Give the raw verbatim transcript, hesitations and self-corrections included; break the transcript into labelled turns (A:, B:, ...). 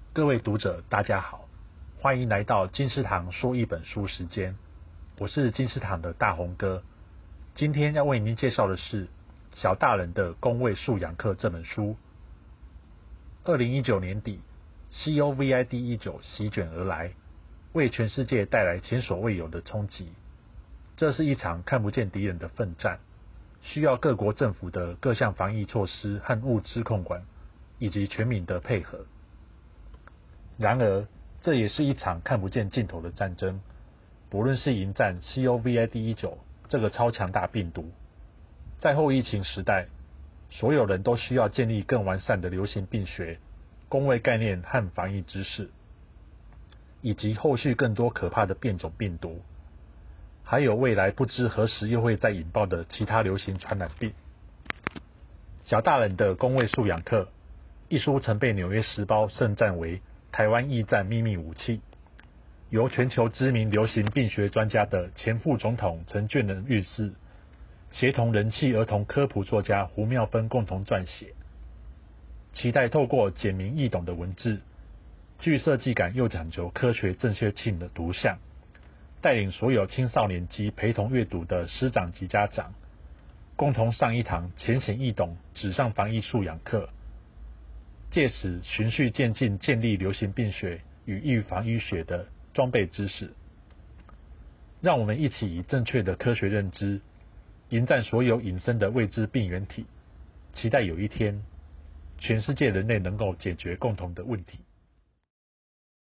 A: 各位读者大家好，欢迎来到金石堂说一本书时间，我是金石堂的大红哥。今天要为您介绍的是小大人的公卫素养课这本书。二零一九年底 C O V I D 十九 席卷而来，为全世界带来前所未有的冲击。这是一场看不见敌人的奋战，需要各国政府的各项防疫措施和物资控管，以及全民的配合。然而，这也是一场看不见尽头的战争。不论是迎战 C O V I D 十九 这个超强大病毒，在后疫情时代，所有人都需要建立更完善的流行病学、公卫概念和防疫知识，以及后续更多可怕的变种病毒，还有未来不知何时又会再引爆的其他流行传染病。小大人的公卫素养课一书曾被《纽约时报》盛赞为台湾疫战秘密武器，由全球知名流行病学专家的前副总统陈俊仁院士，协同人气儿童科普作家胡妙芬共同撰写，期待透过简明易懂的文字，具设计感又讲究科学正确性的图像，带领所有青少年及陪同阅读的师长及家长，共同上一堂浅显易懂纸上防疫素养课，借此循序渐进建立流行病学与预防医学的装备知识。让我们一起以正确的科学认知，迎战所有隐身的未知病原体，期待有一天，全世界人类能够解决共同的问题。